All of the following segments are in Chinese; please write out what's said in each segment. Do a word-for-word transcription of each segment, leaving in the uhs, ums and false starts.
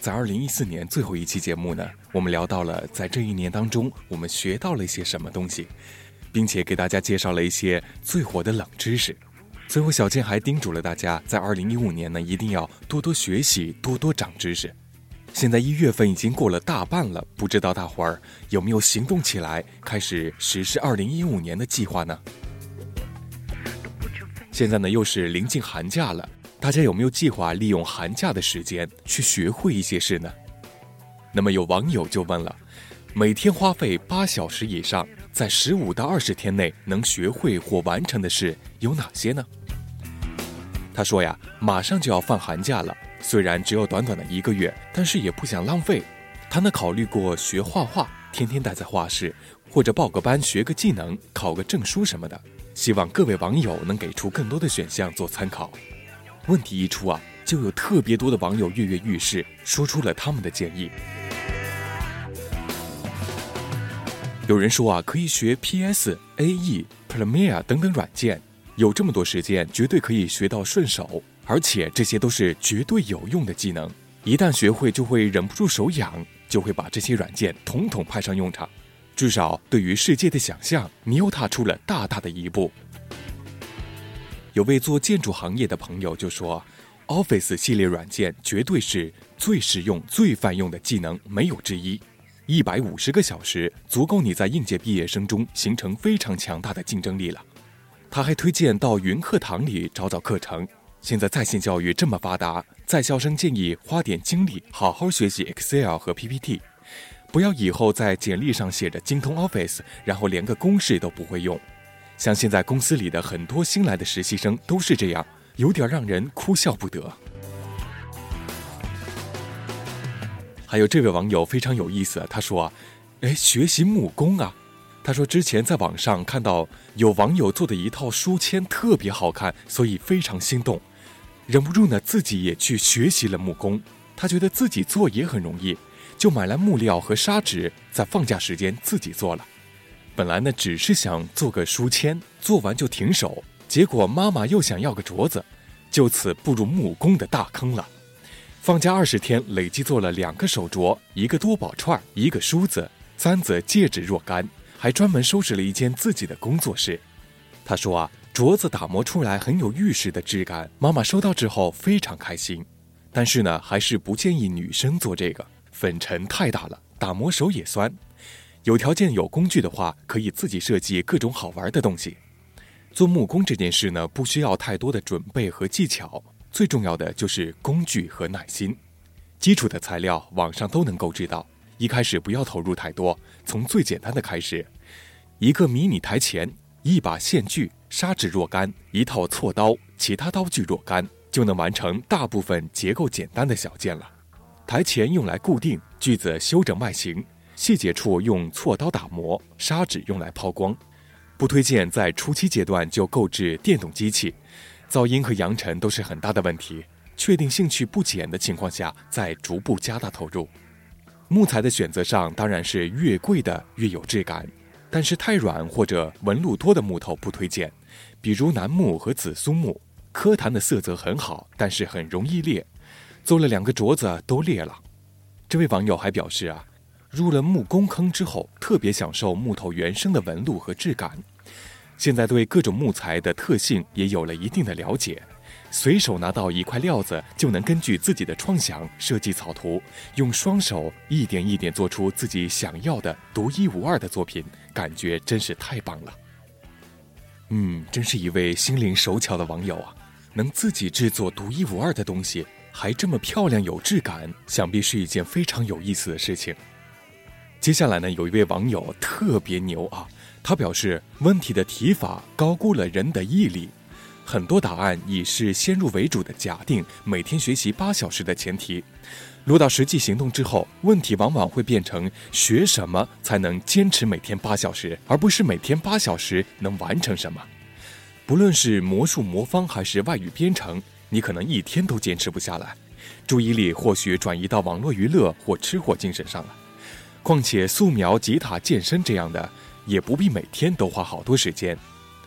在二零一四年最后一期节目呢，我们聊到了在这一年当中我们学到了一些什么东西，并且给大家介绍了一些最火的冷知识。最后小健还叮嘱了大家，在二零一五年呢，一定要多多学习，多多长知识。现在一月份已经过了大半了，不知道大伙儿有没有行动起来，开始实施二零一五年的计划呢？现在呢又是临近寒假了，大家有没有计划利用寒假的时间去学会一些事呢？那么有网友就问了，每天花费八小时以上，在十五到二十天内能学会或完成的事有哪些呢？他说呀，马上就要放寒假了，虽然只有短短的一个月，但是也不想浪费。他呢考虑过学画画，天天待在画室，或者报个班学个技能，考个证书什么的。希望各位网友能给出更多的选项做参考。问题一出啊，就有特别多的网友跃跃欲试，说出了他们的建议。有人说啊，可以学 P S、A E、Premiere 等等软件，有这么多时间，绝对可以学到顺手，而且这些都是绝对有用的技能，一旦学会就会忍不住手痒，就会把这些软件统统派上用场。至少对于世界的想象，你又踏出了大大的一步。有位做建筑行业的朋友就说， Office 系列软件绝对是最实用最泛用的技能，没有之一。一百五十个小时足够你在应届毕业生中形成非常强大的竞争力了。他还推荐到云课堂里找找课程，现在在线教育这么发达，在校生建议花点精力好好学习 Excel 和 P P T， 不要以后在简历上写着精通 Office， 然后连个公式都不会用。像现在公司里的很多新来的实习生都是这样，有点让人哭笑不得。还有这位网友非常有意思，他说啊，哎，学习木工啊。他说之前在网上看到有网友做的一套书签特别好看，所以非常心动，忍不住呢自己也去学习了木工。他觉得自己做也很容易，就买来木料和砂纸，在放假时间自己做了。本来呢只是想做个书签，做完就停手，结果妈妈又想要个镯子，就此步入木工的大坑了。放假二十天，累计做了两个手镯，一个多宝串，一个梳子、簪子、戒指若干，还专门收拾了一间自己的工作室。他说啊，镯子打磨出来很有玉石的质感，妈妈收到之后非常开心。但是呢，还是不建议女生做这个，粉尘太大了，打磨手也酸。有条件有工具的话，可以自己设计各种好玩的东西。做木工这件事呢，不需要太多的准备和技巧，最重要的就是工具和耐心。基础的材料网上都能够知道，一开始不要投入太多，从最简单的开始。一个迷你台钳，一把线锯，砂纸若干，一套锉刀，其他刀具若干，就能完成大部分结构简单的小件了。台钳用来固定，锯子修整外形，细节处用锉刀打磨，砂纸用来抛光。不推荐在初期阶段就购置电动机器，噪音和扬尘都是很大的问题。确定兴趣不减的情况下，再逐步加大投入。木材的选择上，当然是越贵的越有质感，但是太软或者纹路多的木头不推荐，比如楠木和紫苏木。柯檀的色泽很好，但是很容易裂，做了两个镯子都裂了。这位网友还表示啊，入了木工坑之后，特别享受木头原生的纹路和质感。现在对各种木材的特性也有了一定的了解，随手拿到一块料子，就能根据自己的创想设计草图，用双手一点一点做出自己想要的独一无二的作品，感觉真是太棒了。嗯，真是一位心灵手巧的网友啊，能自己制作独一无二的东西，还这么漂亮有质感，想必是一件非常有意思的事情。接下来呢，有一位网友特别牛啊，他表示问题的提法高估了人的毅力，很多答案以是先入为主的假定每天学习八小时的前提，落到实际行动之后，问题往往会变成学什么才能坚持每天八小时，而不是每天八小时能完成什么。不论是魔术魔方还是外语编程，你可能一天都坚持不下来，注意力或许转移到网络娱乐或吃货精神上了。况且素描、吉他、健身这样的，也不必每天都花好多时间。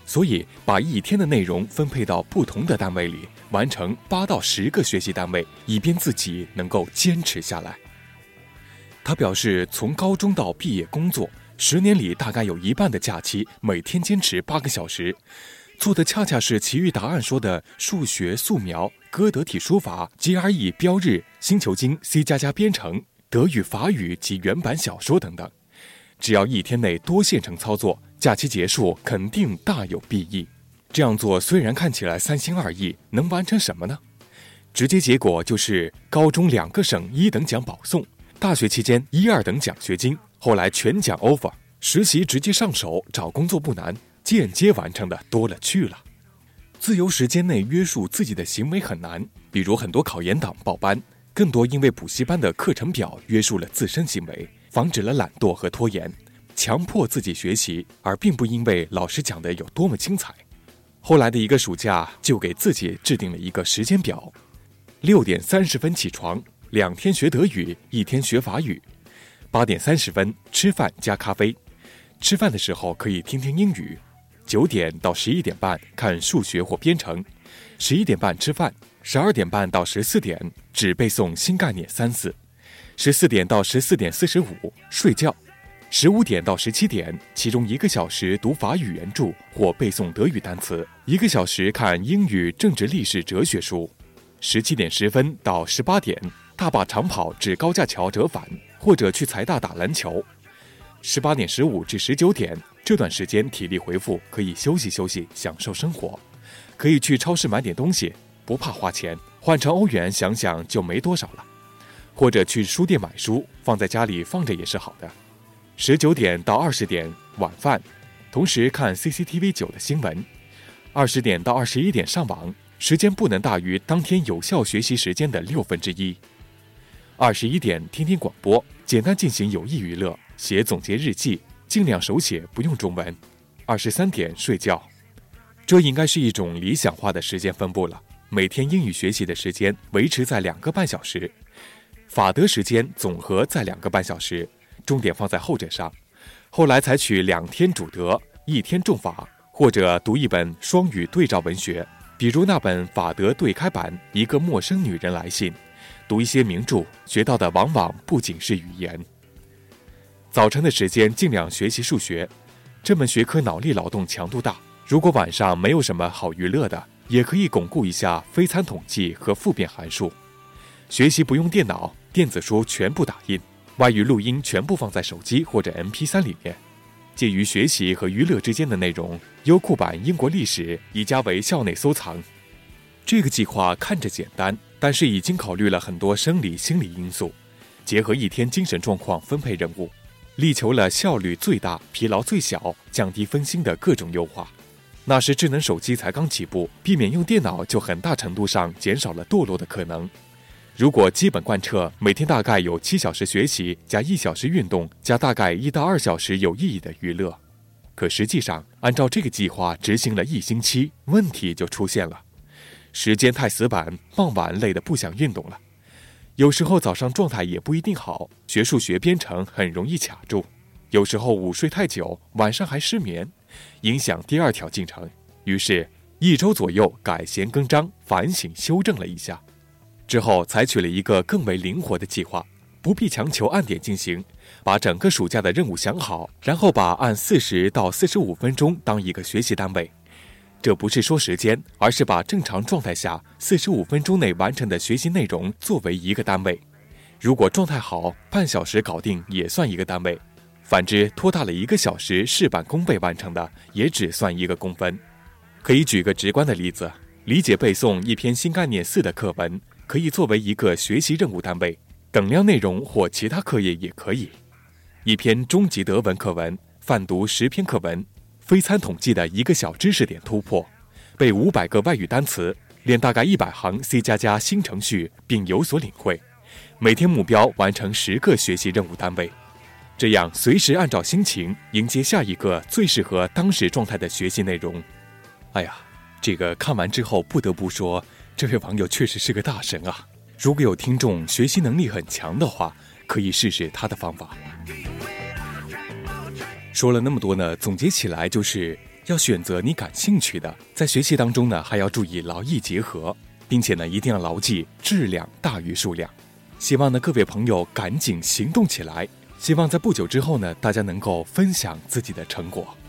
所以把一天的内容分配到不同的单位里，完成八到十个学习单位，以便自己能够坚持下来。他表示，从高中到毕业工作，十年里大概有一半的假期，每天坚持八个小时，做的恰恰是其余答案说的数学、素描、歌德体书法、G R E 标日、星球经、C 加加编程、德语、法语及原版小说等等。只要一天内多线程操作，假期结束肯定大有裨益。这样做虽然看起来三心二意，能完成什么呢？直接结果就是高中两个省一等奖保送，大学期间一二等奖学金，后来全奖 offer， 实习直接上手，找工作不难，间接完成的多了去了。自由时间内约束自己的行为很难，比如很多考研党报班，更多因为补习班的课程表约束了自身行为，防止了懒惰和拖延，强迫自己学习，而并不因为老师讲的有多么精彩。后来的一个暑假，就给自己制定了一个时间表：六点三十分起床，两天学德语，一天学法语；八点三十分吃饭加咖啡，吃饭的时候可以听听英语；九点到十一点半看数学或编程；十一点半吃饭；十二点半到十四点只背诵新概念三四；十四点到十四点四十五睡觉。十五点到十七点，其中一个小时读法语原著或背诵德语单词，一个小时看英语、政治、历史、哲学书。十七点十分到十八点，大坝长跑至高架桥折返，或者去财大打篮球。十八点十五至十九点，这段时间体力恢复，可以休息休息，享受生活，可以去超市买点东西，不怕花钱，换成欧元想想就没多少了。或者去书店买书，放在家里放着也是好的。十九点到二十点晚饭，同时看 C C T V 九的新闻。二十点到二十一点上网，时间不能大于当天有效学习时间的六分之一。二十一点听听广播，简单进行有益娱乐，写总结日记，尽量手写，不用中文。二十三点睡觉。这应该是一种理想化的时间分布了。每天英语学习的时间维持在两个半小时，法德时间总和在两个半小时，重点放在后者上。后来采取两天主德，一天重法，或者读一本双语对照文学，比如那本法德对开版《一个陌生女人来信》，读一些名著，学到的往往不仅是语言。早晨的时间尽量学习数学，这门学科脑力劳动强度大，如果晚上没有什么好娱乐的，也可以巩固一下非参统计和复变函数。学习不用电脑，电子书全部打印，外语录音全部放在手机或者 M P 三 里面。介于学习和娱乐之间的内容，优酷版英国历史已加为校内收藏。这个计划看着简单，但是已经考虑了很多生理心理因素，结合一天精神状况分配任务，力求了效率最大、疲劳最小、降低分心的各种优化。那时智能手机才刚起步，避免用电脑就很大程度上减少了堕落的可能。如果基本贯彻，每天大概有七小时学习加一小时运动加大概一到二小时有意义的娱乐。可实际上，按照这个计划执行了一星期，问题就出现了。时间太死板，傍晚累得不想运动了。有时候早上状态也不一定好，学数学编程很容易卡住。有时候午睡太久，晚上还失眠，影响第二条进程。于是，一周左右改弦更张，反省修正了一下。之后采取了一个更为灵活的计划，不必强求按点进行，把整个暑假的任务想好，然后把按四十到四十五分钟当一个学习单位。这不是说时间，而是把正常状态下四十五分钟内完成的学习内容作为一个单位。如果状态好，半小时搞定也算一个单位。反之，拖大了一个小时事半功倍完成的，也只算一个公分。可以举个直观的例子，理解背诵一篇新概念四的课文，可以作为一个学习任务单位，等量内容或其他课业也可以。一篇中级德文课文，泛读十篇课文，非参统计的一个小知识点突破，背五百个外语单词，练大概一百行 C 加加新程序，并有所领会。每天目标完成十个学习任务单位，这样随时按照心情迎接下一个最适合当时状态的学习内容。哎呀，这个看完之后不得不说，这位网友确实是个大神啊！如果有听众学习能力很强的话，可以试试他的方法。说了那么多呢，总结起来就是要选择你感兴趣的，在学习当中呢，还要注意劳逸结合，并且呢，一定要牢记质量大于数量。希望呢，各位朋友赶紧行动起来，希望在不久之后呢，大家能够分享自己的成果。